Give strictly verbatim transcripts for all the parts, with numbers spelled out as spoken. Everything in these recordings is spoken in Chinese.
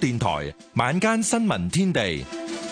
電台晚間新聞天地，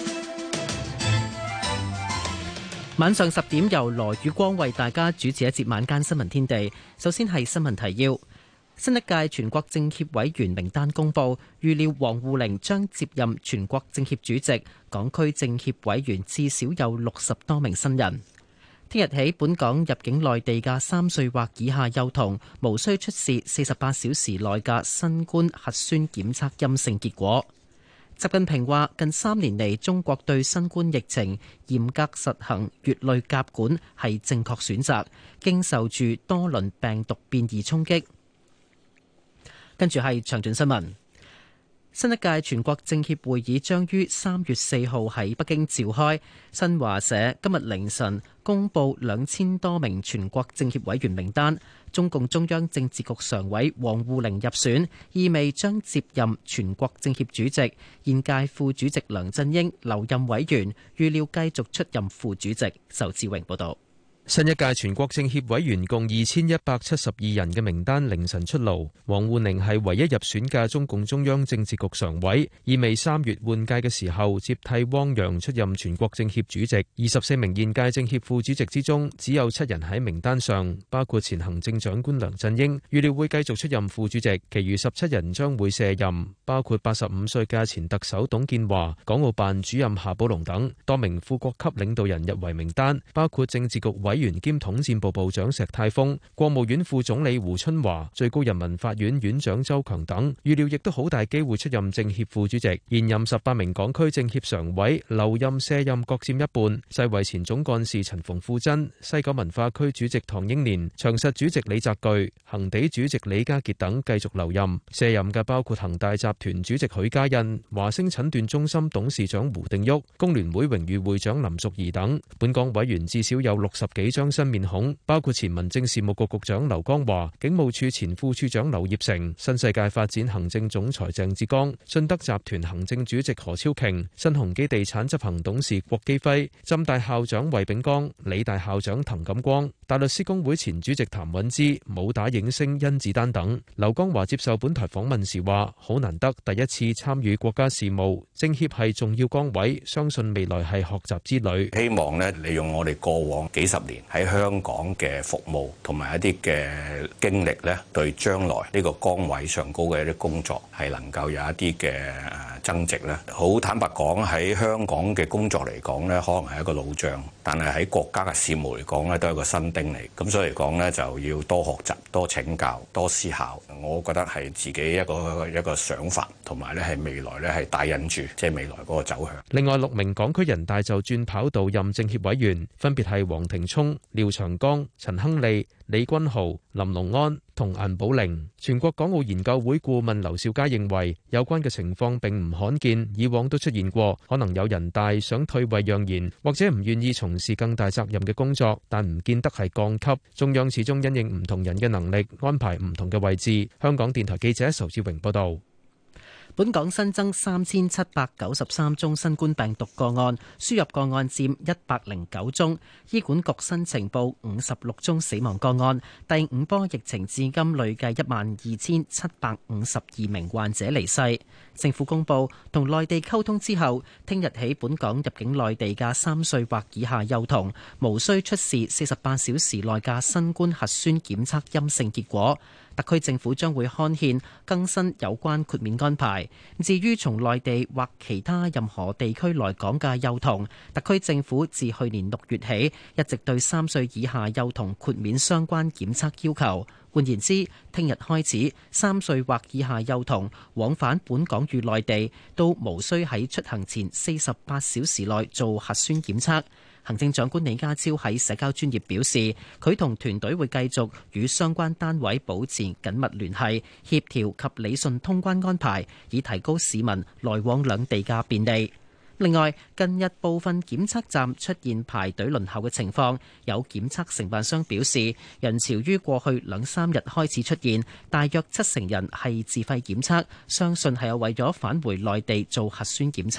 晚上十點由羅宇光為大家主持一節晚間新聞天地。首先係新聞提要：新一屆全國政協委員名單公布，預料王滬寧將接任全國政協主席，港區政協委員至少有六十多名新人。聽日起，本港入境內地嘅三歲或以下幼童，無需出示四十八小時內嘅新冠核酸檢測陰性結果。習近平話：近三年嚟，中國對新冠疫情嚴格實行乙類甲管係正確選擇，經受住多輪病毒變異衝擊。跟住係詳盡新聞。新一屆全國政協會議將於三月四號喺北京召開。新華社今日凌晨公布兩千多名全國政協委員名單，中共中央政治局常委王滬寧入選，意味將接任全國政協主席。現屆副主席梁振英留任委員，預料繼續出任副主席。仇志榮報道。 新一屆全國政協委員共二千一百七十二人嘅名單凌晨出爐，王滬寧係唯一入選嘅中共中央政治局常委，意味三月換屆嘅時候接替汪洋出任全國政協主席。二十四名現屆政協副主席之中，只有七人喺名單上，包括前行政長官梁振英，預料會繼續出任副主席，其餘十七人將會卸任，包括八十五歲嘅前特首董建華、港澳辦主任夏寶龍等。多名副國級領導人入圍名單，包括政治局委委員兼統戰部部長石泰峰、國務院副總理胡春華、最高人民法院院長周強等，預料亦都好大機會出任政協副主席。現任十八名港區政協常委留任卸任各佔一半。世衛前總幹事陳馮富珍、西九文化區主席唐英年、長實主席李澤钜、恒地主席李家傑等繼續留任。卸任嘅包括恒大集團主席許家印、華星診斷中心董事長胡定旭、工聯會榮譽會長林淑儀等。本港委員至少有六十幾張新面孔，包括前民政事務局局長劉江華、警務處前副處長劉業成、新世界發展行政總裁鄭志剛、信德集團行政主席何超瓊、新鴻基地產執行董事郭基輝、浸大校長衛炳江、理大校長滕錦光、大律師公會前主席譚允芝、武打影星甄子丹等。劉江華接受本台訪問時話：好難得第一次參與國家事務，政協係重要崗位，相信未來係學習之旅。 希望呢利用我哋過往幾十年喺香港嘅服務同埋一啲嘅經歷咧，對將來呢個崗位上高嘅一啲工作係能夠有一啲嘅誒增值咧。好坦白講，喺香港嘅工作嚟講咧，可能係一個老將，但係喺國家嘅事務嚟講咧，都係一個新丁嚟。咁所以嚟講咧，就要多學習、多請教、多思考。我覺得係自己一個一個想法，同埋咧係未來咧係帶引住即係未來嗰個走向。 另外六名港區人大就轉跑道任政協委員，分別係黃庭聰、廖長江、陳亨利、李君豪、林龍安同顏寶玲。全國港澳研究會顧問劉兆佳認為，有關嘅情況並唔罕見，以往都出現過，可能有人大想退位讓賢，或者唔願意從事更大責任嘅工作，但唔見得係降級。中央始終因應唔同人嘅能力，安排唔同嘅位置。香港電台記者仇志榮報道。 本港新增三千七百九十三宗新冠病毒個案，輸入個案佔一百零九宗。醫管局新呈報五十六宗死亡個案。第五波疫情至今累計一萬二千七百五十二名患者離世。政府公布同內地溝通之後，聽日起本港入境內地嘅三歲或以下幼童，無需出示四十八小時內嘅新冠核酸檢測陰性結果。特區政府將會刊憲更新有關豁免安排。至於從內地或其他任何地區來港嘅幼童，特區政府自去年六月起一直對三歲以下幼童豁免相關檢測要求。換言之，聽日開始，三歲或以下幼童往返本港與內地都無需喺出行前四十八小時內做核酸檢測。行政長官李家超喺社交專頁表示，佢同團隊會繼續與相關單位保持緊密聯繫，協調及理順通關安排，以提高市民來往兩地嘅便利。另外，近日部分檢測站出現排隊輪候嘅情況，有檢測承辦商表示，人潮於過去兩三日開始出現，大約七成人係自費檢測，相信係有為咗返回內地做核酸檢測。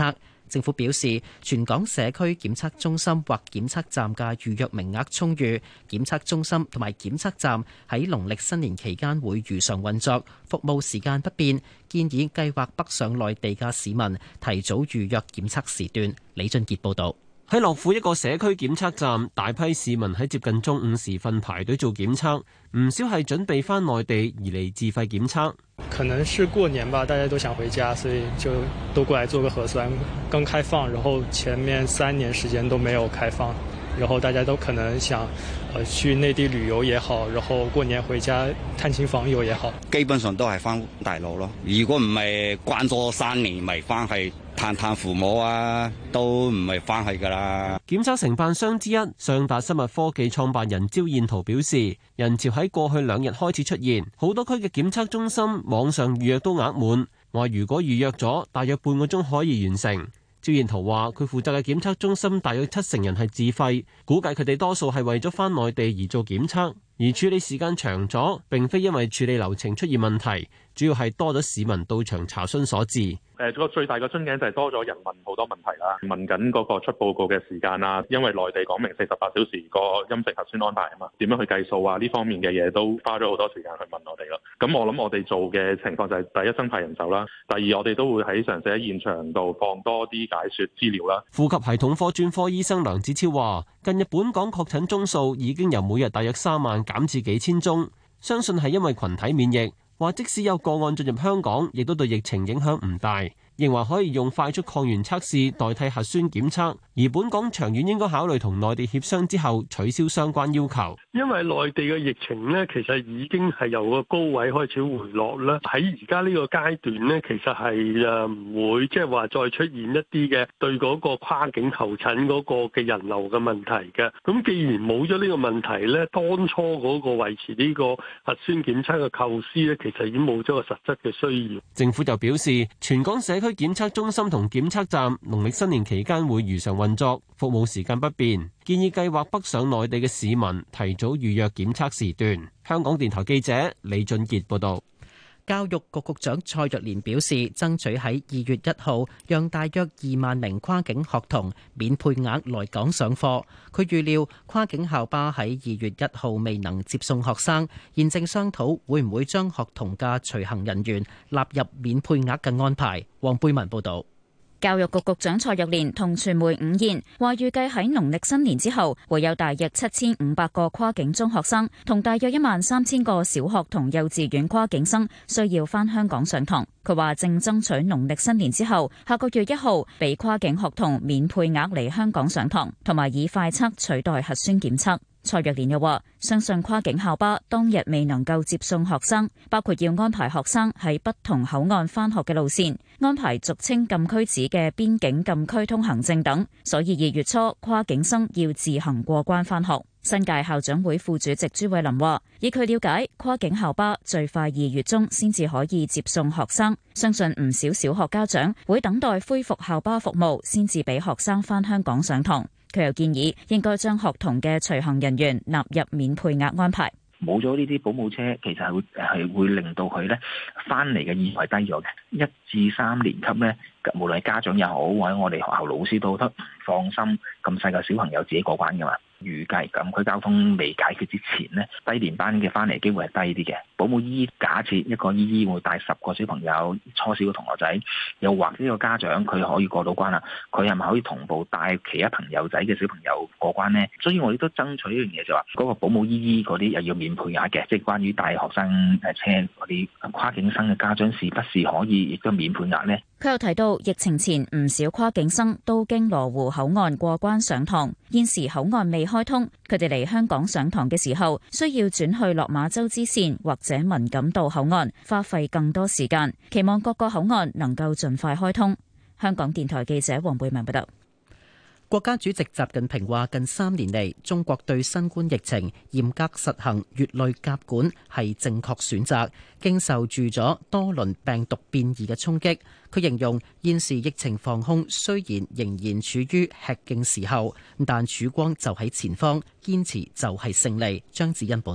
政府表示，全港社區檢測中心或檢測站嘅預約名額充裕，檢測中心同埋檢測站喺農曆新年期間會如常運作，服務時間不變。建議計劃北上內地嘅市民提早預約檢測時段。李俊傑報導。 喺樂富一個社區檢測站，大批市民喺接近中午時分排隊做檢測，唔少係準備返內地而嚟自費檢測。 可能是過年吧，大家都想回家，所以就都過來做個核酸。剛開放，然後前面三年時間都沒有開放，然後大家都可能想，呃，去內地旅遊也好，然後過年回家探親訪友也好， 基本上都係返大陸咯。如果唔係關咗三年，咪返去探探父母啊，都唔係返去噶啦。 檢測承辦商之一上達生物科技創辦人招彥燾表示，人潮喺過去兩日開始出現，好多區嘅檢測中心網上預約都額滿，話如果預約咗，大約半個鐘可以完成。招彥燾話：佢負責嘅檢測中心大約七成人係自費，估計佢哋多數係為咗返內地而做檢測，而處理時間長咗，並非因為處理流程出現問題，主要係多咗市民到場查詢所致。 誒個最大嘅樽頸就係多咗人問好多問題啦，問緊嗰個出報告嘅時間啊，因為內地講明四十八小時個陰性核酸安排啊嘛，點樣去計數啊？呢方面嘅嘢都花咗好多時間去問我哋咯。咁我諗我哋做嘅情況就係第一增派人手啦，第二我哋都會喺嘗試喺現場度放多啲解說資料啦。 呼吸系統科專科醫生梁子超話：近日本港確診宗數已經由每日大約三萬減至幾千宗，相信係因為群體免疫。話即使有個案進入香港，亦都對疫情影響唔大，認為可以用快速抗原測試代替核酸檢測，而本港長遠應該考慮同內地協商之後取消相關要求。 因為內地嘅疫情呢，其實已經係由個高位開始回落啦。喺而家呢個階段呢，其實係誒唔會即係話再出現一啲嘅對嗰個跨境求診嗰個嘅人流嘅問題嘅。咁既然冇咗呢個問題呢，當初嗰個維持呢個核酸檢測嘅構思呢，其實已經冇咗個實質嘅需要。 政府就表示，全港社區檢測中心同檢測站農曆新年期間會如常運作，服務時間不變。建議計劃北上內地嘅市民提早預約檢測時段。香港電台記者李俊傑報道。 教育局局長蔡若蓮表示，爭取喺二月一號讓大約二萬名跨境學童免配額來港上課。佢預料跨境校巴喺二月一號未能接送學生，現正商討會唔會將學童嘅隨行人員納入免配額嘅安排。黃貝文報導。 教育局局長蔡若蓮同傳媒午宴，話預計喺農曆新年之後會有大約七千五百個跨境中學生同大約一萬三千個小學同幼稚園跨境生需要返香港上堂。佢話正爭取農曆新年之後下個月一號俾跨境學童免配額嚟香港上堂，同埋以快測取代核酸檢測。蔡若蓮又話相信跨境校巴當日未能夠接送學生，包括要安排學生喺不同口岸返學嘅路線，安排俗稱禁區紙嘅邊境禁區通行證等，所以二月初跨境生要自行過關返學。新界校長會副主席朱慧琳話，以佢了解，跨境校巴最快二月中先至可以接送學生，相信唔少小學家長會等待恢復校巴服務先至俾學生返香港上堂。佢又建議應該將學童嘅隨行人員納入免配額安排。 冇咗呢啲保姆車，其實係會係會令到佢咧翻嚟嘅意外低咗嘅。一至三年級咧，無論係家長又好，或者我哋學校老師都得放心，咁細個小朋友自己過關㗎嘛。預計禁區交通未解決之前呢，低年班嘅翻嚟機會係低啲嘅。保姆姨姨假設一個姨姨會帶十個小朋友，初小嘅同學仔，又或者呢個家長佢可以過到關啦，佢係咪可以同步帶其他朋友仔嘅小朋友過關呢？所以我哋都爭取一樣嘢，就話嗰個保姆姨姨嗰啲又要免配額嘅，即係關於帶學生誒車嗰啲跨境生嘅家長是不是可以亦都免配額呢？ 佢又提到，疫情前唔少跨境生都經羅湖口岸過關上堂，現時口岸未開通，佢哋嚟香港上堂嘅時候，需要轉去落馬洲支線或者文錦渡口岸，花費更多時間。期望各個口岸能夠盡快開通。香港電台記者黃貝文報道。 國家主席習近平話：近三年嚟，中國對新冠疫情嚴格實行乙類甲管係正確選擇，經受住咗多輪病毒變異嘅衝擊。佢形容現時疫情防控雖然仍然處於吃勁時候，但曙光就喺前方，堅持就係勝利。張子欣報道。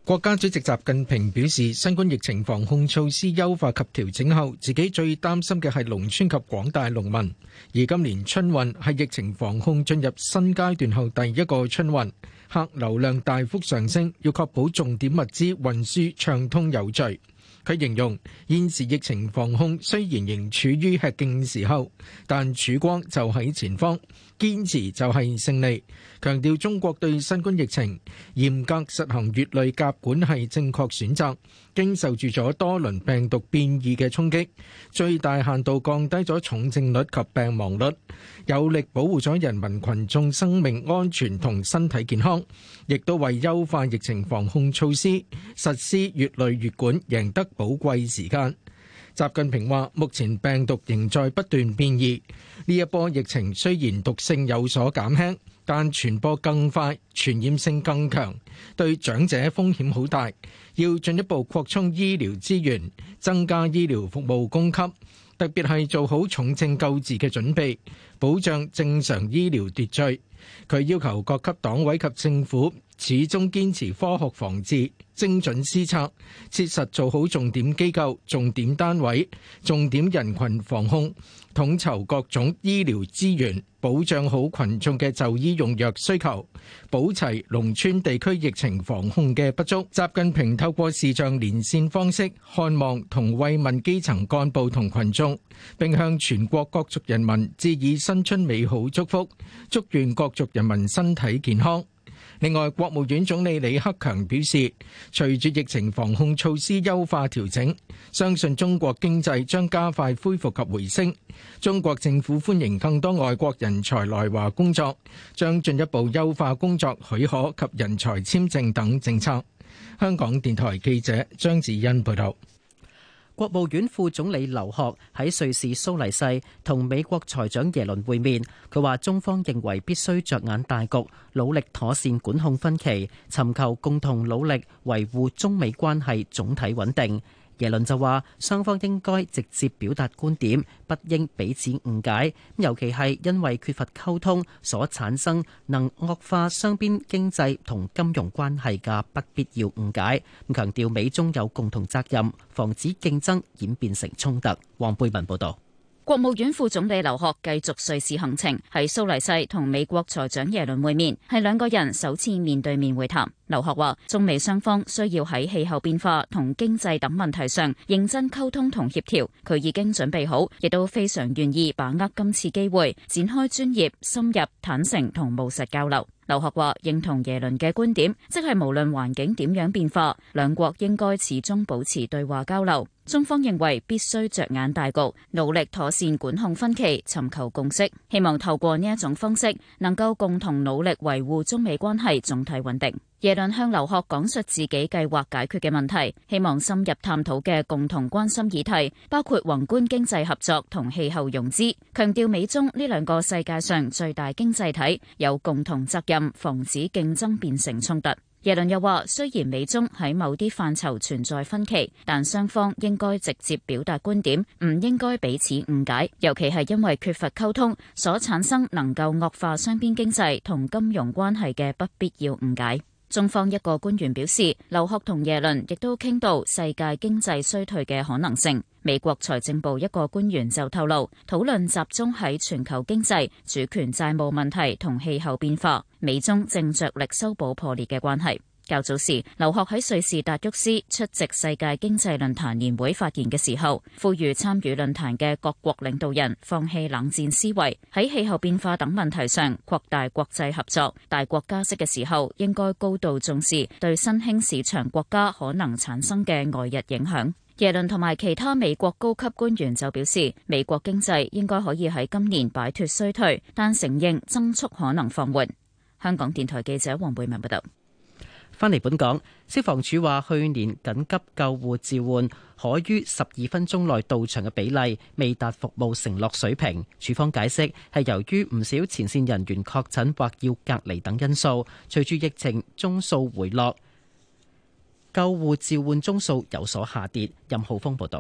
國家主席習近平表示，新冠疫情防控措施優化及調整後，自己最擔心嘅係農村及廣大農民。而今年春運係疫情防控進入新階段後第一個春運，客流量大幅上升，要確保重點物資運輸暢通有序。佢形容現時疫情防控雖然仍處於吃勁時候，但曙光就喺前方，堅持就係勝利。強調中國對新冠疫情嚴格實行乙類甲管係正確選擇，經受住咗多輪病毒變異嘅衝擊，最大限度降低咗重症率及病亡率，有力保護咗人民群眾生命安全同身體健康，亦都為優化疫情防控措施實施乙類乙管贏得寶貴時間。習近平話：目前病毒仍在不斷變異，呢一波疫情雖然毒性有所減輕，但傳播更快，傳染性更強，對長者風險好大，要進一步擴充醫療資源，增加醫療服務供給，特別係做好重症救治嘅準備，保障正常醫療秩序。佢要求各級黨委及政府始終堅持科學防治、精準施策，切實做好重點機構、重點單位、重點人群防控，統籌各種醫療資源，保障好群眾嘅就醫用藥需求，補齊農村地區疫情防控嘅不足。習近平透過視像連線方式看望同慰問基層幹部同群眾，並向全國各族人民致以新春美好祝福，祝願各族人民身體健康。另外，國務院總理李克強表示，隨住疫情防控措施優化調整，相信中國經濟將加快恢復及回升。中國政府歡迎更多外國人才來華工作，將進一步優化工作許可及人才簽證等政策。香港電台記者張子欣報道。 國務院副總理劉鶴喺瑞士蘇黎世同美國財長耶倫會面，佢話中方認為必須着眼大局，努力妥善管控分歧，尋求共同努力維護中美關係總體穩定。耶倫就話，雙方應該直接表達觀點，不應彼此誤解，尤其係因為缺乏溝通所產生能惡化雙邊經濟同金融關係嘅不必要誤解。強調美中有共同責任，防止競爭演變成衝突。黃貝文報導。 國務院副總理劉鶴繼續瑞士行程，喺蘇黎世同美國財長耶倫會面，係兩個人首次面對面會談。劉鶴話，中美雙方需要喺氣候變化同經濟等問題上認真溝通同協調，佢已經準備好，亦都非常願意把握今次機會，展開專業、深入、坦誠同務實交流。劉鶴話認同耶倫嘅觀點，即係無論環境點樣變化，兩國應該始終保持對話交流。中方認為必須着眼大局，努力妥善管控分歧，尋求共識，希望透過呢一種方式，能夠共同努力維護中美關係總體穩定。耶倫向劉鶴講述自己計劃解決嘅問題，希望深入探討嘅共同關心議題，包括宏觀經濟合作同氣候融資，強調美中呢兩個世界上最大經濟體有共同責任，防止競爭變成衝突。耶倫又話，雖然美中喺某啲範疇存在分歧，但雙方應該直接表達觀點，唔應該彼此誤解，尤其係因為缺乏溝通所產生能夠惡化雙邊經濟同金融關係嘅不必要誤解。中方一個官員表示，劉鶴同耶倫亦都傾到世界經濟衰退嘅可能性。美國財政部一個官員就透露，討論集中喺全球經濟、主權債務問題同氣候變化，美中正着力修補破裂嘅關係。較早時，劉鶴喺瑞士達沃斯出席世界經濟論壇年會發言嘅時候，呼籲參與論壇嘅各國領導人放棄冷戰思維，喺氣候變化等問題上擴大國際合作。大國加息嘅時候，應該高度重視對新興市場國家可能產生嘅外溢影響。耶倫同埋其他美國高級官員就表示，美國經濟應該可以喺今年擺脫衰退，但承認增速可能放緩。香港電台記者黃貝文報道。 返嚟本港，消防處話去年緊急救護召喚可於十二分鐘內到場嘅比例未達服務承諾水平。處方解釋係由於唔少前線人員確診或要隔離等因素，隨住疫情宗數回落，救護召喚宗數有所下跌。任浩峰報導。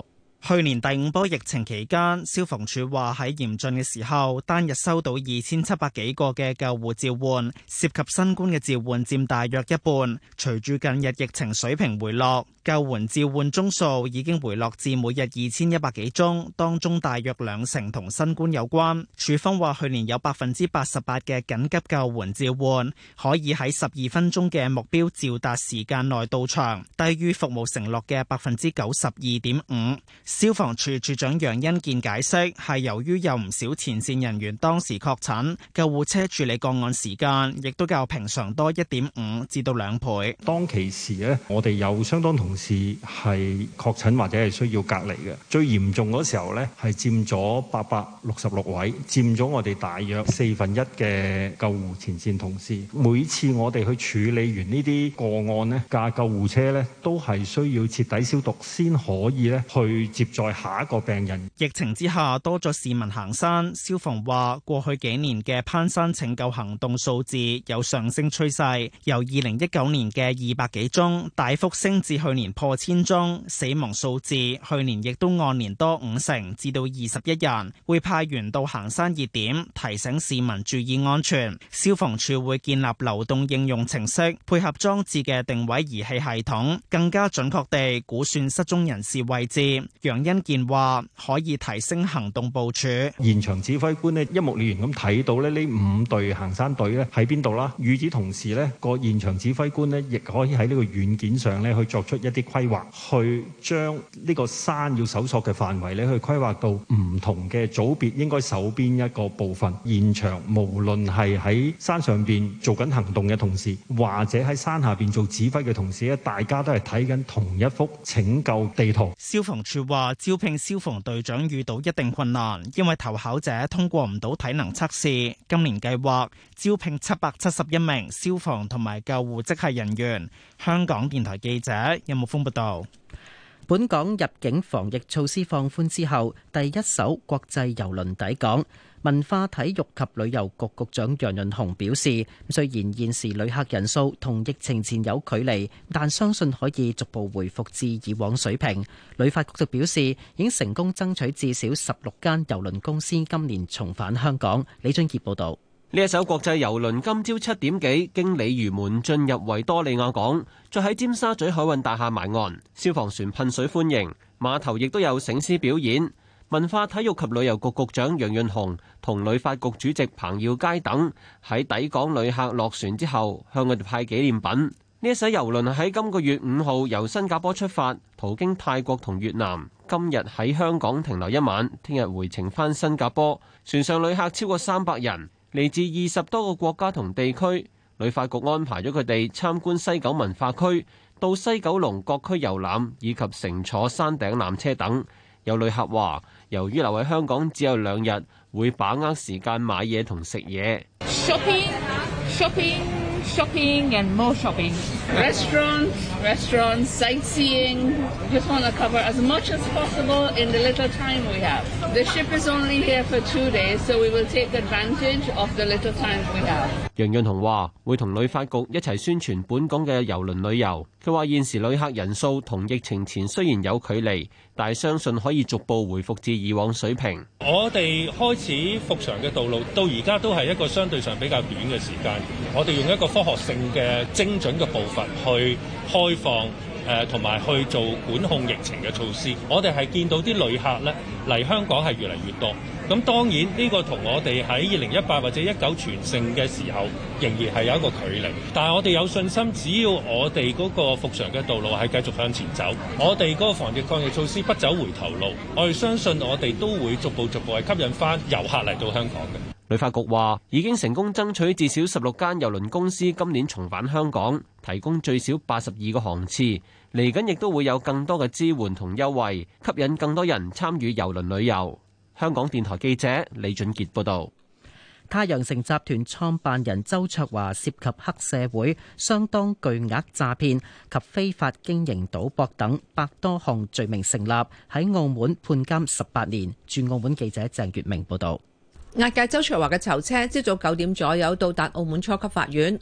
去年第五波疫情期間，消防處話喺嚴峻嘅時候，單日收到二千七百幾個嘅救護召喚，涉及新冠嘅召喚佔大約一半。隨住近日疫情水平回落，救援召喚宗數已經回落至每日二千一百幾宗，當中大約兩成同新冠有關。處方話去年有百分之八十八嘅緊急救援召喚可以喺十二分鐘嘅目標召達時間內到場，低於服務承諾嘅百分之九十二點五。消防處處長楊恩健解釋，係由於有唔少前線人員當時確診，救護車處理個案時間亦都較平常多一點五至到兩倍。 當其時呢，我哋有相當同事係確診或者係需要隔離嘅，最嚴重嗰時候呢，係佔咗八百六十六位，佔咗我哋大約四分一嘅救護前線同事。每次我哋去處理完呢啲個案呢，架救護車呢都係需要徹底消毒先可以呢去接載下一個病人。 疫情之下多咗市民行山，消防話過去幾年嘅攀山拯救行動數字有上升趨勢，由二零一九年嘅二百幾宗大幅升至去年破千宗。死亡數字去年亦都按年多五成，至到二十一人。會派員到行山熱點提醒市民注意安全。消防處會建立流動應用程式，配合裝置嘅定位儀器系統，更加準確地估算失蹤人士位置。楊恩健話可以提升行動部署。 現場指揮官呢一目了然咁睇到咧呢五隊行山隊咧喺邊度啦。與此同時呢個現場指揮官呢亦可以喺呢個軟件上咧去作出一啲規劃，去將呢個山要搜索嘅範圍咧去規劃到唔同嘅組別應該守邊一個部分。現場無論係喺山上邊做緊行動嘅同事，或者喺山下邊做指揮嘅同事咧，大家都係睇緊同一幅拯救地圖。 消防處話招聘消防隊長遇到一定困難，因為投考者通過唔到體能測試。今年計劃招聘七百七十一名消防同埋救護職系人員。香港電台記者任木峰報道。 本港入境防疫措施放寬之後，第一艘國際郵輪抵港。文化體育及旅遊局局長楊潤雄表示，雖然現時旅客人數同疫情前有距離，但相信可以逐步回復至以往水平。旅發局就表示，已經成功爭取至少十六間郵輪公司今年重返香港。李俊傑報導。 呢一艘國際郵輪今朝七點幾經鯉魚門進入維多利亞港，再喺尖沙咀海運大廈埋岸，消防船噴水歡迎，碼頭亦都有醒獅表演。文化體育及旅遊局局長楊潤雄同旅發局主席彭耀佳等喺抵港旅客落船之後，向佢哋派紀念品。呢一艘郵輪喺今個月五號由新加坡出發，途經泰國同越南，今日喺香港停留一晚，聽日回程返新加坡。船上旅客超過三百人，嚟自二十多個國家同地區。旅發局安排咗佢哋參觀西九文化區，到西九龍各區遊覽，以及乘坐山頂纜車等。有旅客話，由於留喺香港只有兩日，會把握時間買嘢同食嘢。 Shopping, shopping, shopping and more shopping. Restaurants, restaurants, sightseeing. Just want to cover as much as possible in the little time we have. The ship is only here for two days, so we will take advantage of the little time we have. 楊潤雄話會同旅發局一齊宣傳本港嘅郵輪旅遊。佢話現時旅客人數同疫情前雖然有距離，但係相信可以逐步回復至以往水平。 我哋開始復常嘅道路到而家都係一個相對上比較短嘅時間。我哋用一個科學性嘅精準嘅步伐去開放。誒同埋去做管控疫情嘅措施，我哋係見到啲旅客咧嚟香港係越嚟越多。咁當然呢個同我哋喺二零一八或者一九全盛嘅時候仍然係有一個距離，但係我哋有信心，只要我哋嗰個復常嘅道路係繼續向前走，我哋嗰個防疫抗疫措施不走回頭路，我哋相信我哋都會逐步逐步係吸引翻遊客嚟到香港嘅。 旅發局話已經成功爭取至少十六間郵輪公司今年重返香港，提供最少八十二個航次。嚟緊亦都會有更多嘅支援同優惠，吸引更多人參與郵輪旅遊。香港電台記者李俊傑報導。 太陽城集團創辦人周卓華涉及黑社會、相當巨額詐騙及非法經營賭博等百多項罪名成立，喺澳門判監十八年。駐澳門記者鄭月明報導。 押解周卓華嘅囚車朝早九點左右到達澳門初級法院。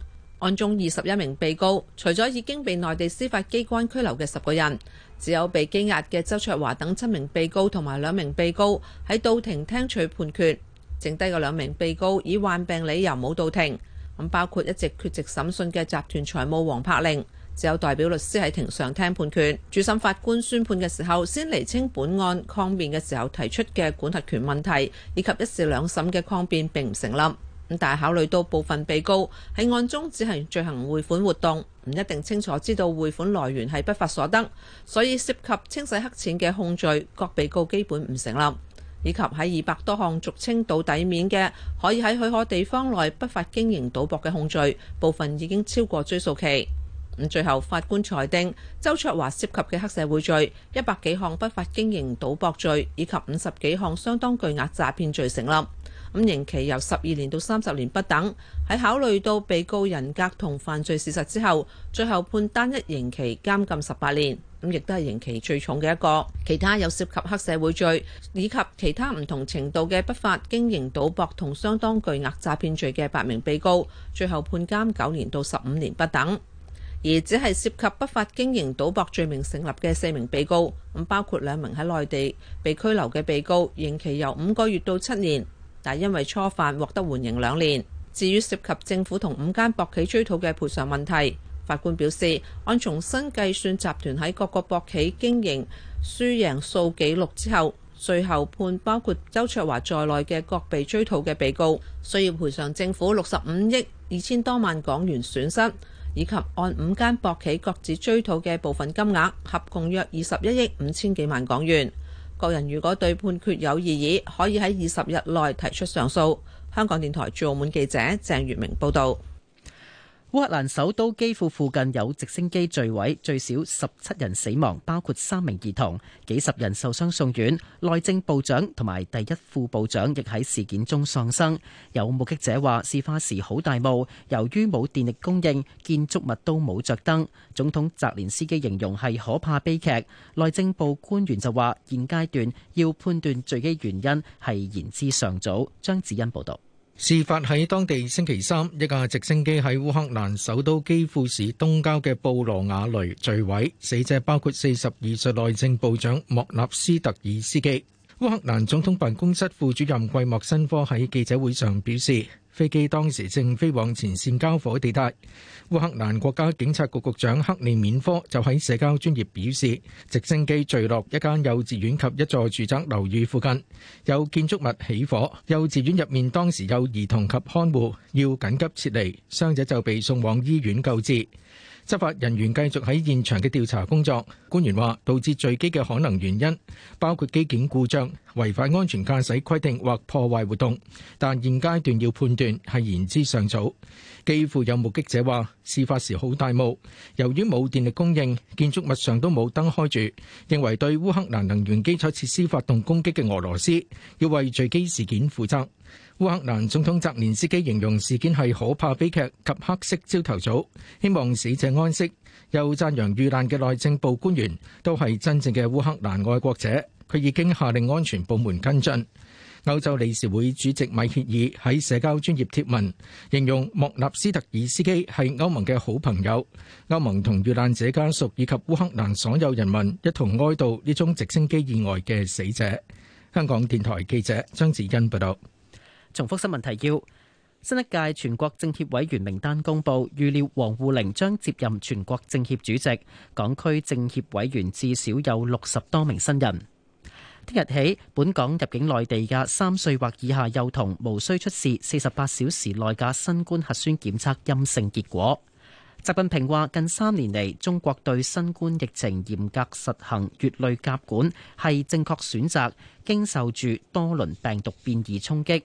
案中二十一名被告，除咗已經被內地司法機關拘留嘅十個人，只有被羈押嘅周焯華等七名被告同埋兩名被告喺到庭聽取判決，剩低嘅兩名被告以患病理由冇到庭。咁包括一直缺席審訊嘅集團財務黃柏令，只有代表律師喺庭上聽判決。主審法官宣判嘅時候，先釐清本案抗辯嘅時候提出嘅管轄權問題，以及一試兩審嘅抗辯並唔成立。但係考慮到部分被告喺案中只係進行匯款活動，唔一定清楚知道匯款來源係不法所得，所以涉及清洗黑錢嘅控罪，各被告基本唔成立。以及喺二百多項俗稱賭底面嘅可以喺許可地方內不法經營賭博嘅控罪，部分已經超過追訴期。咁最後法官裁定周焯華涉及嘅黑社會罪、一百幾項不法經營賭博罪以及五十幾項相當巨額詐騙罪成立。咁刑期由十二年到三十年不等。喺考慮到被告人格同犯罪事實之後，最後判單一刑期監禁十八年。咁亦都係刑期最重嘅一個。其他有涉及黑社會罪以及其他唔同程度嘅不法經營賭博同相當巨額詐騙罪嘅八名被告，最後判監九年到十五年不等。而只係涉及不法經營賭博罪名成立嘅四名被告，咁包括兩名喺內地被拘留嘅被告，刑期由五個月到七年。但因為初犯獲得緩刑兩年。至於涉及政府同五間博企追討嘅賠償問題，法官表示，按重新計算集團喺各個博企經營輸贏數記錄之後，最後判包括周焯華在內嘅各被追討嘅被告需要賠償政府六十五億二千多萬港元損失，以及按五間博企各自追討嘅部分金額合共約二十一億五千幾萬港元。個人如果對判決有異議，可以喺二十日內提出上訴。香港電台駐澳門記者鄭月明報導。 烏克蘭首都基輔附近有直升機墜毀，最少十七人死亡，包括三名兒童，幾十人受傷送院。內政部長同埋第一副部長亦喺事件中喪生。有目擊者話，事發時好大霧，由於冇電力供應，建築物都冇着燈。總統澤連斯基形容係可怕悲劇。內政部官員就話，現階段要判斷墜機原因係言之尚早。張子欣報導。 事發喺當地星期三，一架直升機喺烏克蘭首都基輔市東郊嘅布羅瓦雷墜毀，死者包括四十二歲內政部長莫納斯特爾斯基。烏克蘭總統辦公室副主任季莫申科喺記者會上表示，飛機當時正飛往前線交火地帶。烏克蘭國家警察局局長克里緬科就喺社交專頁表示，直升機墜落一間幼稚園及一座住宅樓宇附近，有建築物起火。幼稚園入面當時有兒童及看護，要緊急撤離，傷者就被送往醫院救治。執法人員繼續喺現場嘅調查工作。官員話，導致墜機嘅可能原因包括機件故障、違反安全駕駛規定或破壞活動，但現階段要判斷係言之尚早。幾乎有目擊者話，事發時好大霧，由於冇電力供應，建築物上都冇燈開住，認為對烏克蘭能源基礎設施發動攻擊嘅俄羅斯要為墜機事件負責。烏克蘭總統澤連斯基形容事件係可怕悲劇及黑色朝頭早，希望死者安息，又讚揚遇難嘅內政部官員都係真正嘅烏克蘭愛國者。佢已經下令安全部門跟進。歐洲理事會主席米歇爾喺社交專頁貼文，形容莫納斯特爾斯基係歐盟嘅好朋友。歐盟同遇難者家屬以及烏克蘭所有人民一同哀悼呢宗直升機意外嘅死者。香港電台記者張子欣報道。 重複新聞提要：新一屆全國政協委員名單公佈，預料王滬寧將接任全國政協主席。港區政協委員至少有六十多名新人。聽日起，本港入境內地嘅三歲或以下幼童無需出示四十八小時內嘅新冠核酸檢測陰性結果。習近平話：近三年嚟，中國對新冠疫情嚴格實行乙類甲管係正確選擇，經受住多輪病毒變異衝擊。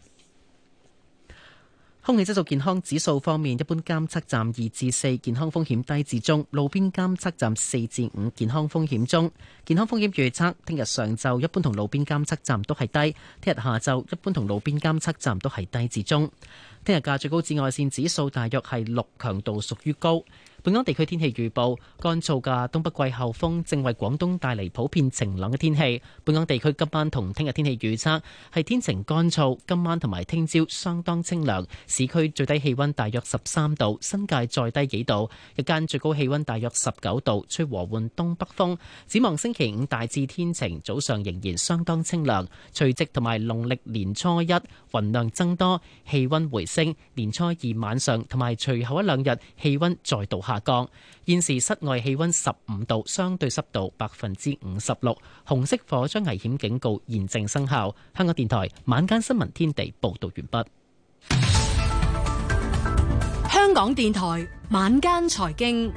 空氣質素健康指數方面，一般監測站二至四，健康風險低至中；路邊監測站四至五，健康風險中。健康風險預測：聽日上晝一般同路邊監測站都係低；聽日下晝一般同路邊監測站都係低至中。聽日嘅最高紫外線指數大約係六，強度屬於高。 本港地區天氣預報，乾燥嘅東北季候風正為廣東帶嚟普遍晴朗嘅天氣。本港地區今晚同聽日天氣預測係天晴乾燥，今晚同埋聽朝相當清涼，市區最低氣溫大約十三度，新界再低幾度，日間最高氣溫大約十九度，吹和緩東北風。展望星期五大致天晴，早上仍然相當清涼，除夕同埋農曆年初一雲量增多，氣溫回升。年初二晚上同埋隨後一兩日氣溫再度下降。現時室外氣溫十五度，相對濕度百分之五十六，紅色火災危險警告現正生效。香港電台晚間新聞天地報道完畢。 香港電台晚間財經，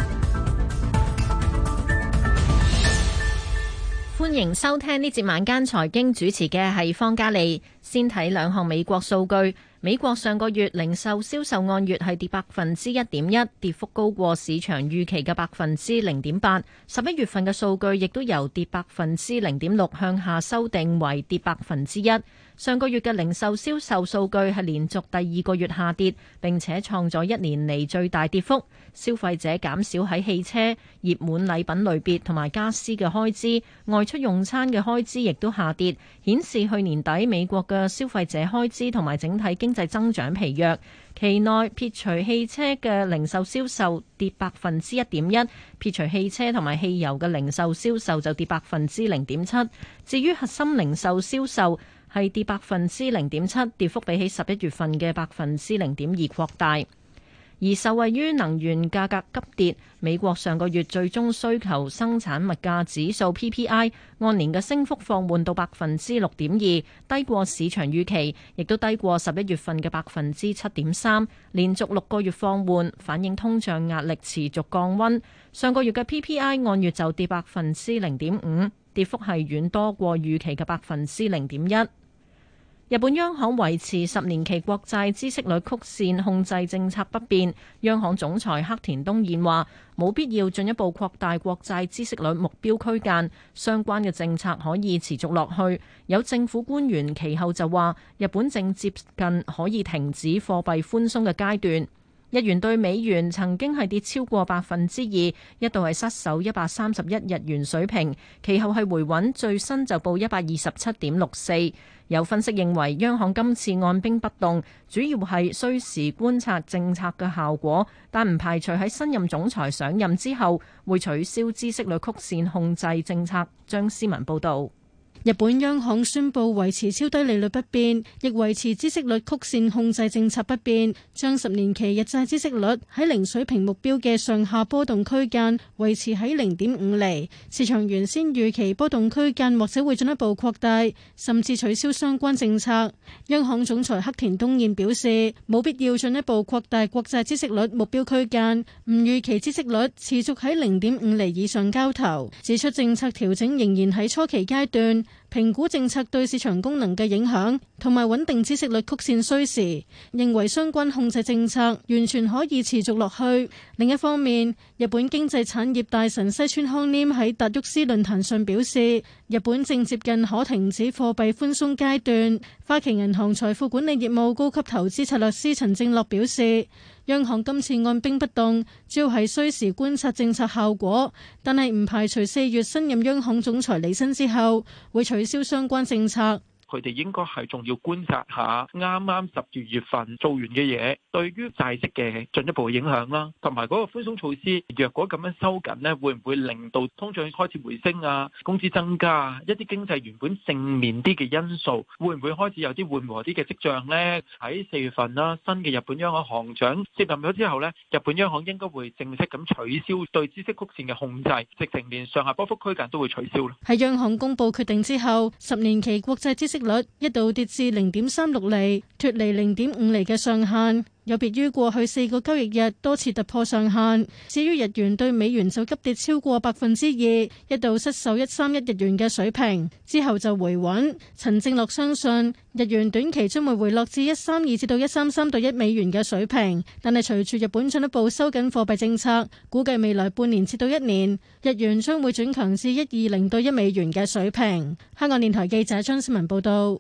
歡迎收聽呢節晚間財經，主持嘅係方嘉利。先睇兩項美國數據。美國上個月零售銷售按月係跌百分之一點一，跌幅高過市場預期嘅百分之零點八。十一月份嘅數據亦都由跌百分之零點六向下修訂為跌百分之一。上個月嘅零售銷售數據係連續第二個月下跌，並且創咗一年嚟最大跌幅。消費者減少喺汽車、熱門禮品類別同埋家私嘅開支，外出用餐嘅開支亦都下跌，顯示去年底美國嘅消費者開支同埋整體經濟增長疲弱。期內撇除汽車嘅零售銷售跌百分之一點一，撇除汽車同埋汽油嘅零售銷售就跌百分之零點七。至於核心零售銷售係跌百分之零點七，跌幅比起十一月份嘅百分之零點二擴大。而受惠於能源價格急跌，美國上個月最終需求生產物價指數 P P I 按年嘅升幅放緩到百分之六點二，低過市場預期，亦都低過十一月份嘅百分之七點三，連續六個月放緩，反映通脹壓力持續降溫。上個月嘅 P P I 按月就跌百分之零點五，跌幅係遠多過預期嘅百分之零點一。日本央行維持十年期國債孳息率曲線控制政策不變，央行總裁黑田東彥話冇必要進一步擴大國債孳息率目標區間，相關嘅政策可以持續落去。有政府官員其後就話，日本正接近可以停止貨幣寬鬆嘅階段。日元對美元曾經係跌超過百分之二，一度係失守一百三十一日元水平，其後係回穩，最新就報一百二十七點六四。有分析認為，央行今次按兵不動，主要係需時觀察政策嘅效果，但唔排除喺新任總裁上任之後會取消孳息率曲線控制政策。張思文報導。 日本央行宣布維持超低利率不變，亦維持孳息率曲線控制政策不變，將十年期日債孳息率喺零水平目標嘅上下波動區間維持喺零點五厘。市場原先預期波動區間或者會進一步擴大，甚至取消相關政策。央行總裁黑田東彥表示，冇必要進一步擴大國債孳息率目標區間，唔預期孳息率持續喺零點五厘以上交投，指出政策調整仍然喺初期階段。評估政策對市場功能嘅影響，同埋穩定孳息率曲線需時，認為相關控制政策完全可以持續落去。另一方面，日本經濟產業大臣西村康稔喺達沃斯論壇上表示，日本正接近可停止貨幣寬鬆階段。花旗銀行財富管理業務高級投資策略師陳正樂表示，央行今次按兵不動，主要係需時觀察政策效果，但係唔排除四月新任央行總裁履新之後會取消相關政策。 佢哋應該係仲要觀察下啱啱十二月份做完嘅嘢，對於債息嘅進一步影響啦，同埋嗰個寬鬆措施，若果咁樣收緊呢，會唔會令到通脹開始回升啊？工資增加啊？一啲經濟原本正面啲嘅因素，會唔會開始有啲緩和啲嘅跡象呢？喺四月份啦，新嘅日本央行行長接任咗之後呢，日本央行應該會正式咁取消對孳息曲線嘅控制，直情連上下波幅區間都會取消啦。 喺央行公佈決定之後，十年期國債孳息率一度跌至零點三六厘，脫離零點五厘嘅上限，有別於過去四個交易日多次突破上限。至於日元對美元就急跌超過百分之二，一度失守一三一日元嘅水平，之後就回穩。陳正樂相信日元短期將會回落至一三二至到一三三對一美元嘅水平，但係隨住日本進一步收緊貨幣政策，估計未來半年至到一年，日元將會轉強至一二零對一美元嘅水平。香港電台記者張思文報道。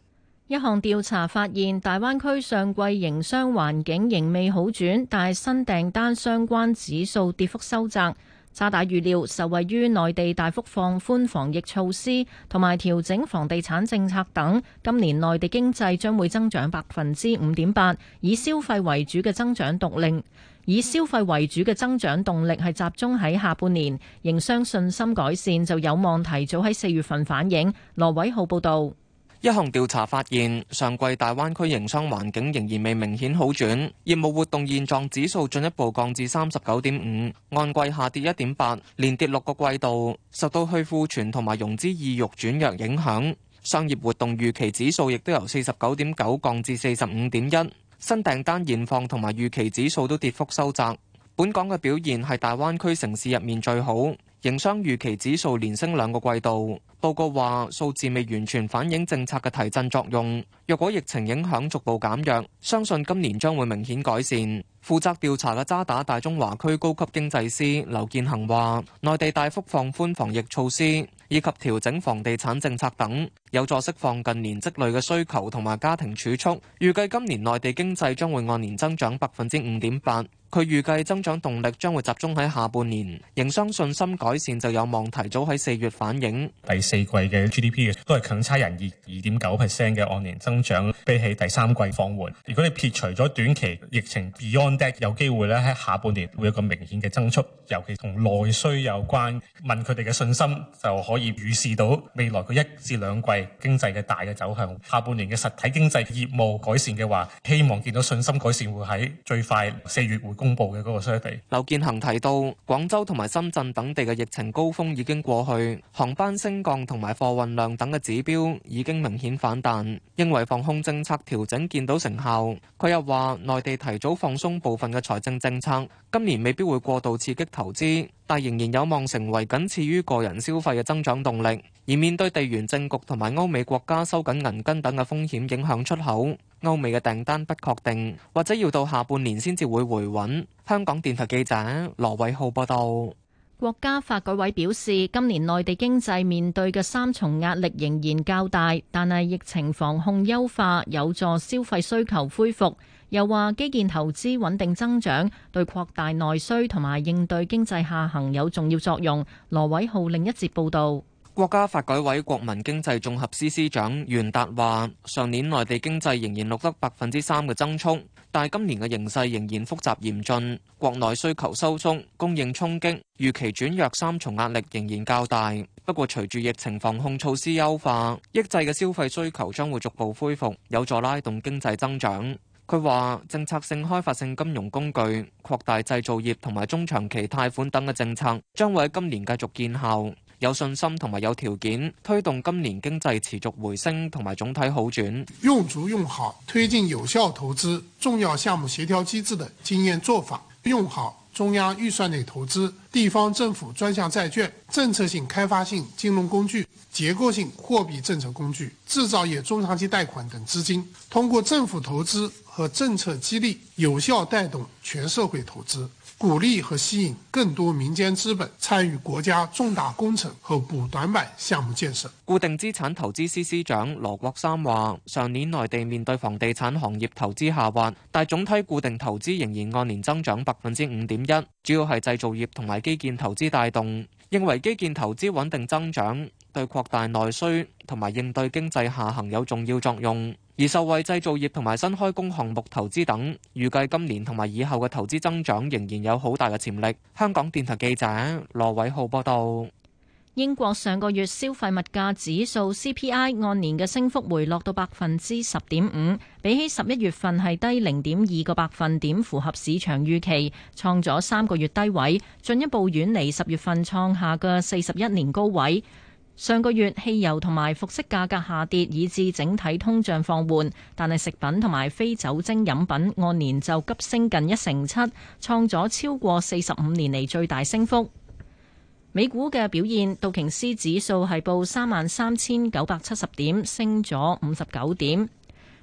一項調查發現，大灣區上季營商環境仍未好轉，但係新訂單相關指數跌幅收窄。渣打預料，受惠於內地大幅放寬防疫措施同埋調整房地產政策等，今年內地經濟將會增長百分之五點八，以消費為主嘅增長動力。以消費為主嘅增長動力係集中喺下半年，營商信心改善就有望提早喺四月份反映。羅偉浩報導。 一項調查發現，上季大灣區營商環境仍然未明顯好轉，業務活動現狀指數進一步降至三十九點五，按季下跌一點八，連跌六個季度，受到去庫存同埋融資意欲轉弱影響。商業活動預期指數亦都由四十九點九降至四十五點一，新訂單現況同埋預期指數都跌幅收窄。本港嘅表現係大灣區城市入面最好。營商預期指數連升兩個季度，報告話數字未完全反映政策嘅提振作用。若果疫情影響逐步減弱，相信今年將會明顯改善。負責調查嘅渣打大中華區高級經濟師劉建恒話，內地大幅放寬防疫措施以及調整房地產政策等，有助釋放近年積累嘅需求同埋家庭儲蓄。預計今年內地經濟將會按年增長百分之五點八。佢預計增長動力將會集中喺下半年，營商信心改善就有望提早喺四月反映。 第四季嘅 G D P 都係強差人意，二點九 percent 嘅按年增長，比起第三季放緩。如果你撇除咗短期疫情 Beyond that， 有機會咧喺下半年會有個明顯嘅增速，尤其同內需有關。問佢哋嘅信心就可以預示到未來嘅一至兩季經濟嘅大嘅走向。下半年嘅實體經濟業務改善嘅話，希望見到信心改善會喺最快四月會公布嘅嗰個衰地。 劉建恒提到，廣州同埋深圳等地嘅疫情高峰已經過去，航班升降同埋貨運量等嘅指標已經明顯反彈，認為防控政策調整見到成效。佢又話，內地提早放鬆部分嘅財政政策，今年未必會過度刺激投資，但仍然有望成為僅次於個人消費嘅增長動力。而面對地緣政局同埋歐美國家收緊銀根等嘅風險影響出口，歐美嘅訂單不確定，或者要到下半年先至會回穩。香港電台記者羅偉浩報道。 國家發改委表示，今年內地經濟面對嘅三重壓力仍然較大，但係疫情防控優化有助消費需求恢復。又話基建投資穩定增長，對擴大內需同埋應對經濟下行有重要作用。羅偉浩另一節報道。 國家發改委國民經濟綜合司司長袁達話，上年內地經濟仍然錄得百分之三嘅增速，但係今年嘅形勢仍然複雜嚴峻，國內需求收縮、供應衝擊、預期轉弱三重壓力仍然較大。不過隨住疫情防控措施優化，抑制嘅消費需求將會逐步恢復，有助拉動經濟增長。佢話政策性開發性金融工具、擴大製造業同埋中長期貸款等嘅政策將會喺今年繼續見效。有信心同埋有條件推動今年經濟持續回升同埋總體好轉。 用足用好推進有效投資重要項目協調機制的經驗做法，用好中央預算內投資、地方政府專項債券、政策性開發性金融工具、結構性貨幣政策工具、製造業中長期貸款等資金，通過政府投資和政策激勵，有效帶動全社會投資，鼓勵和吸引更多民間資本參與國家重大工程和補短板項目建設。 固定資產投資司司長羅國三話，上年內地面對房地產行業投資下滑，但總體固定投資仍然按年增長百分之五點一，主要係製造業同埋基建投資帶動。認為基建投資穩定增長，對擴大內需同埋應對經濟下行有重要作用。而受惠製造業同埋新開工項目投資等，預計今年同埋以後嘅投資增長仍然有好大嘅潛力。香港電台記者羅偉浩報道。 英國上個月消費物價指數 C P I 按年嘅升幅回落到百分之十點五，比起十一月份係低零點二個百分點，符合市場預期，創咗三個月低位，進一步遠離十月份創下嘅四十一年高位。上個月汽油同埋服飾價格下跌，以致整體通脹放緩，但係食品同埋非酒精飲品按年就急升近一成七，創咗超過四十五年嚟最大升幅。美股嘅表現，道瓊斯指數係報三萬三千九百七十點，升咗五十九點。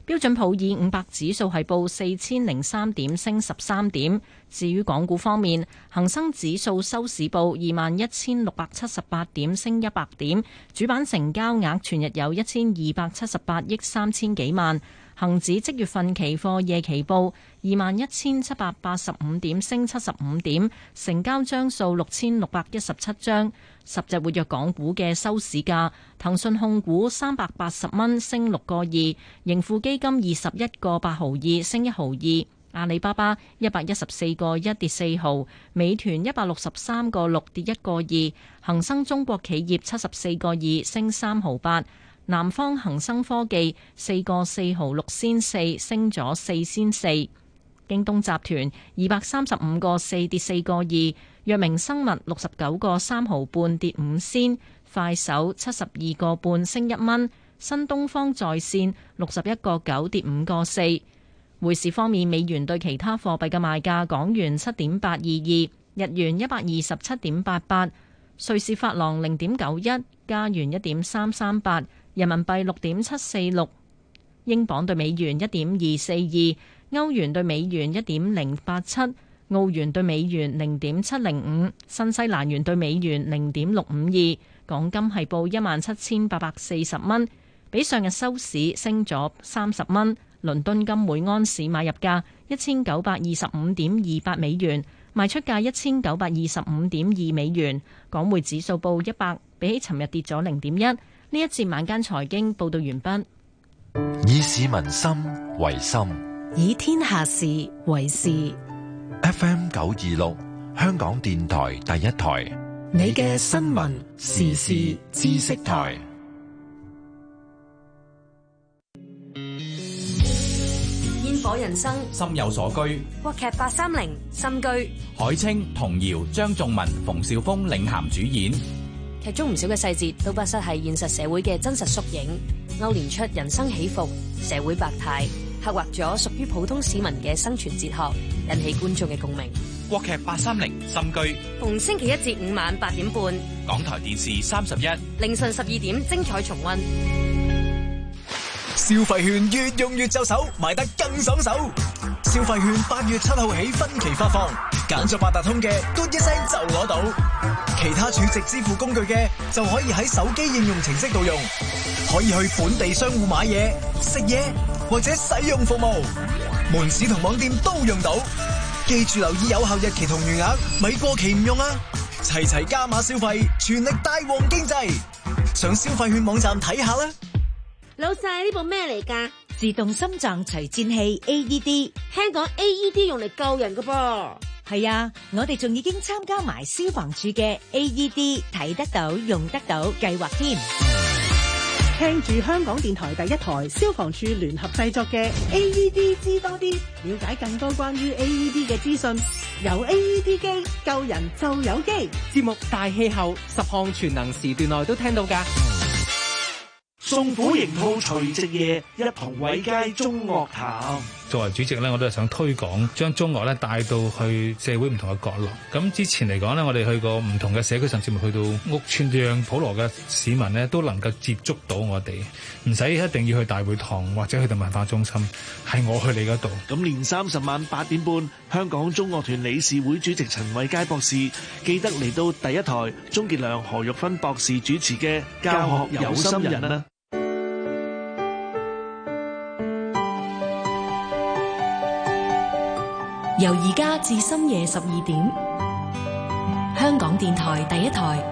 標準普爾五百指數係報四千零三點，升十三點。至於港股方面，恒生指數收市報二萬一千六百七十八點，升一百點。主板成交額全日有一千二百七十八億三千幾萬。恒指即月份期貨夜期報二萬一千七百八十五點，升七十五點，成交張數六千六百一十七張。十隻活躍港股嘅收市價：騰訊控股三百八十蚊，升六個二；盈富基金二十一個八毫二，升一毫二；阿里巴巴一百一十四個一，跌四毫；美團一百六十三個六，跌一個二；恒生中國企業七十四個二，升三毫八。南方恒生科技四個四毫六仙四，升咗四仙四。京東集團二百三十五個四，跌四個二。藥明生物六十九個三毫半，跌五仙。快手七十二個半，升一蚊。新東方在線六十一個九，跌五個四。匯市方面，美元對其他貨幣嘅賣價：港元七點八二二，日元一百二十七點八八，瑞士法郎零點九一，加元一點三三八。人民幣六點七四六，英鎊對美元一點二四二，歐元對美元一點零八七，澳元對美元零點七零五，新西蘭元對美元零點六五二。港金係報一萬七千八百四十蚊，比上日收市升咗三十蚊。倫敦金每安士買入價一千九百二十五點二八美元，賣出價一千九百二十五點二美元。港匯指數報一百，比起尋日跌咗零點一。呢一節晚間財經報道完畢。 以市民心為心， 以天下事為事。 F M 九二六，香港電台第一台， 你嘅新聞時事知識台。煙火人生， 心有所居。 國劇八三零新居， 海清、童瑤、張頌文、馮紹峰領銜主演。 劇中唔少嘅細節都不失係現實社會嘅真實縮影，勾連出人生起伏、社會百態，刻畫咗屬於普通市民嘅生存哲學，引起觀眾嘅共鳴。 國劇八三零新居， 逢星期一至五晚八點半， 港台電視三十一， 凌晨十二點精彩重溫。 消費券越用越就手，買得更爽手。消費券八月七號起分期發放，揀咗八達通嘅，嘟一聲就攞到；其他儲值支付工具嘅，就可以喺手機應用程式度用，可以去本地商戶買嘢、食嘢或者使用服務，門市同網店都用到。記住留意有效日期同餘額，咪過期唔用啊！齊齊加碼消費，全力帶旺經濟，上消費券網站睇下啦。 老細，呢部咩嚟㗎？ 自動心臟除顫器 A E D， 聽講 A E D 用嚟救人㗎噃。 係啊，我哋仲已經參加埋消防處嘅 A E D 睇得到用得到計劃添。 聽住香港電台第一台消防處聯合製作嘅 A E D 知多啲，了解更多關於 A E D 嘅資訊。有 A E D 機救人就有機。 節目大氣候十項全能時段內都聽到㗎。 送虎迎兔除夕夜，一同偉佳中樂壇。 作為主席咧，我都係想推廣，將中樂咧帶到去社會唔同嘅角落。咁之前嚟講咧，我哋去過唔同嘅社區，甚至乎去到屋邨，讓普羅嘅市民咧都能夠接觸到我哋，唔使一定要去大會堂或者去到文化中心，係我去你嗰度。 咁年三十晚八點半，香港中樂團理事會主席陳偉佳博士記得嚟到第一台，鍾傑良、何玉芬博士主持嘅教學有心人啊！ 由而家至深夜十二點，香港電台第一台。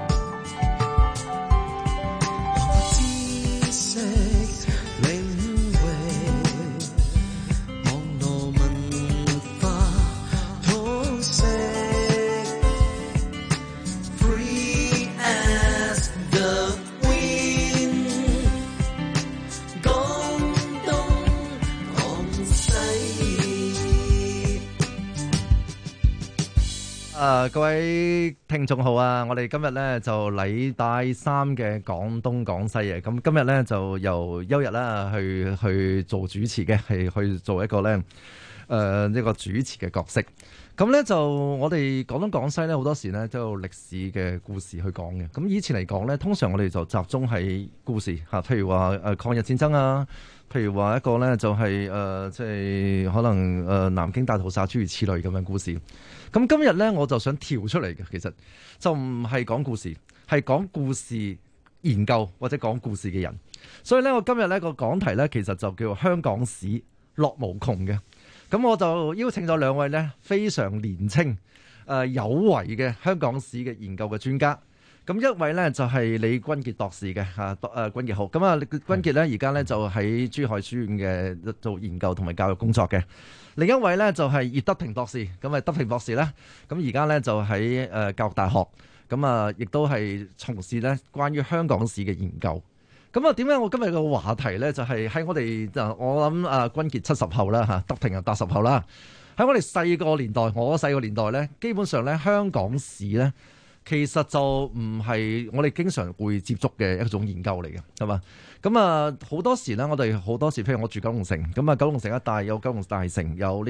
啊，各位聽眾好啊！我哋今日咧就禮拜三嘅廣東廣西嘅，咁今日咧就由休日啦，去去做主持嘅，係去做一個咧誒呢個主持嘅角色。咁咧就我哋廣東廣西咧好多時咧都有歷史嘅故事去講嘅。咁以前嚟講咧，通常我哋就集中喺故事嚇，譬如話誒抗日戰爭啊，譬如話一個咧就係誒即係可能誒南京大屠殺諸如此類咁樣故事。咁今日咧我就想跳出嚟嘅，其實就唔係講故事，係講故事研究或者講故事嘅人。所以咧我今日咧個講題咧其實就叫做香港史樂無窮嘅。咁我就邀請咗兩位咧非常年青、誒、呃、有為嘅香港史嘅研究嘅專家。咁一位咧就係、是、李君傑博士嘅嚇，誒、啊、君傑好。咁啊，君傑咧而家咧就喺珠海書院嘅做研究同埋教育工作嘅。另一位咧就係、是、葉德平博士。咁啊，德平博士咧，咁而家咧就喺誒教育大學，咁啊亦都係從事咧關於香港史嘅研究。咁啊，點解我今日嘅話題咧，就係、是、喺我哋就我諗啊，君傑七十後啦嚇，德平又八十後啦。喺我哋細個年代，我細個年代咧，基本上咧香港史咧，其實就唔係我哋經常會接觸嘅一種研究嚟嘅，係嘛？咁啊，好多時咧，我哋好多時，譬如我住九龍城，咁啊，九龍城一帶有九龍大城，有呢。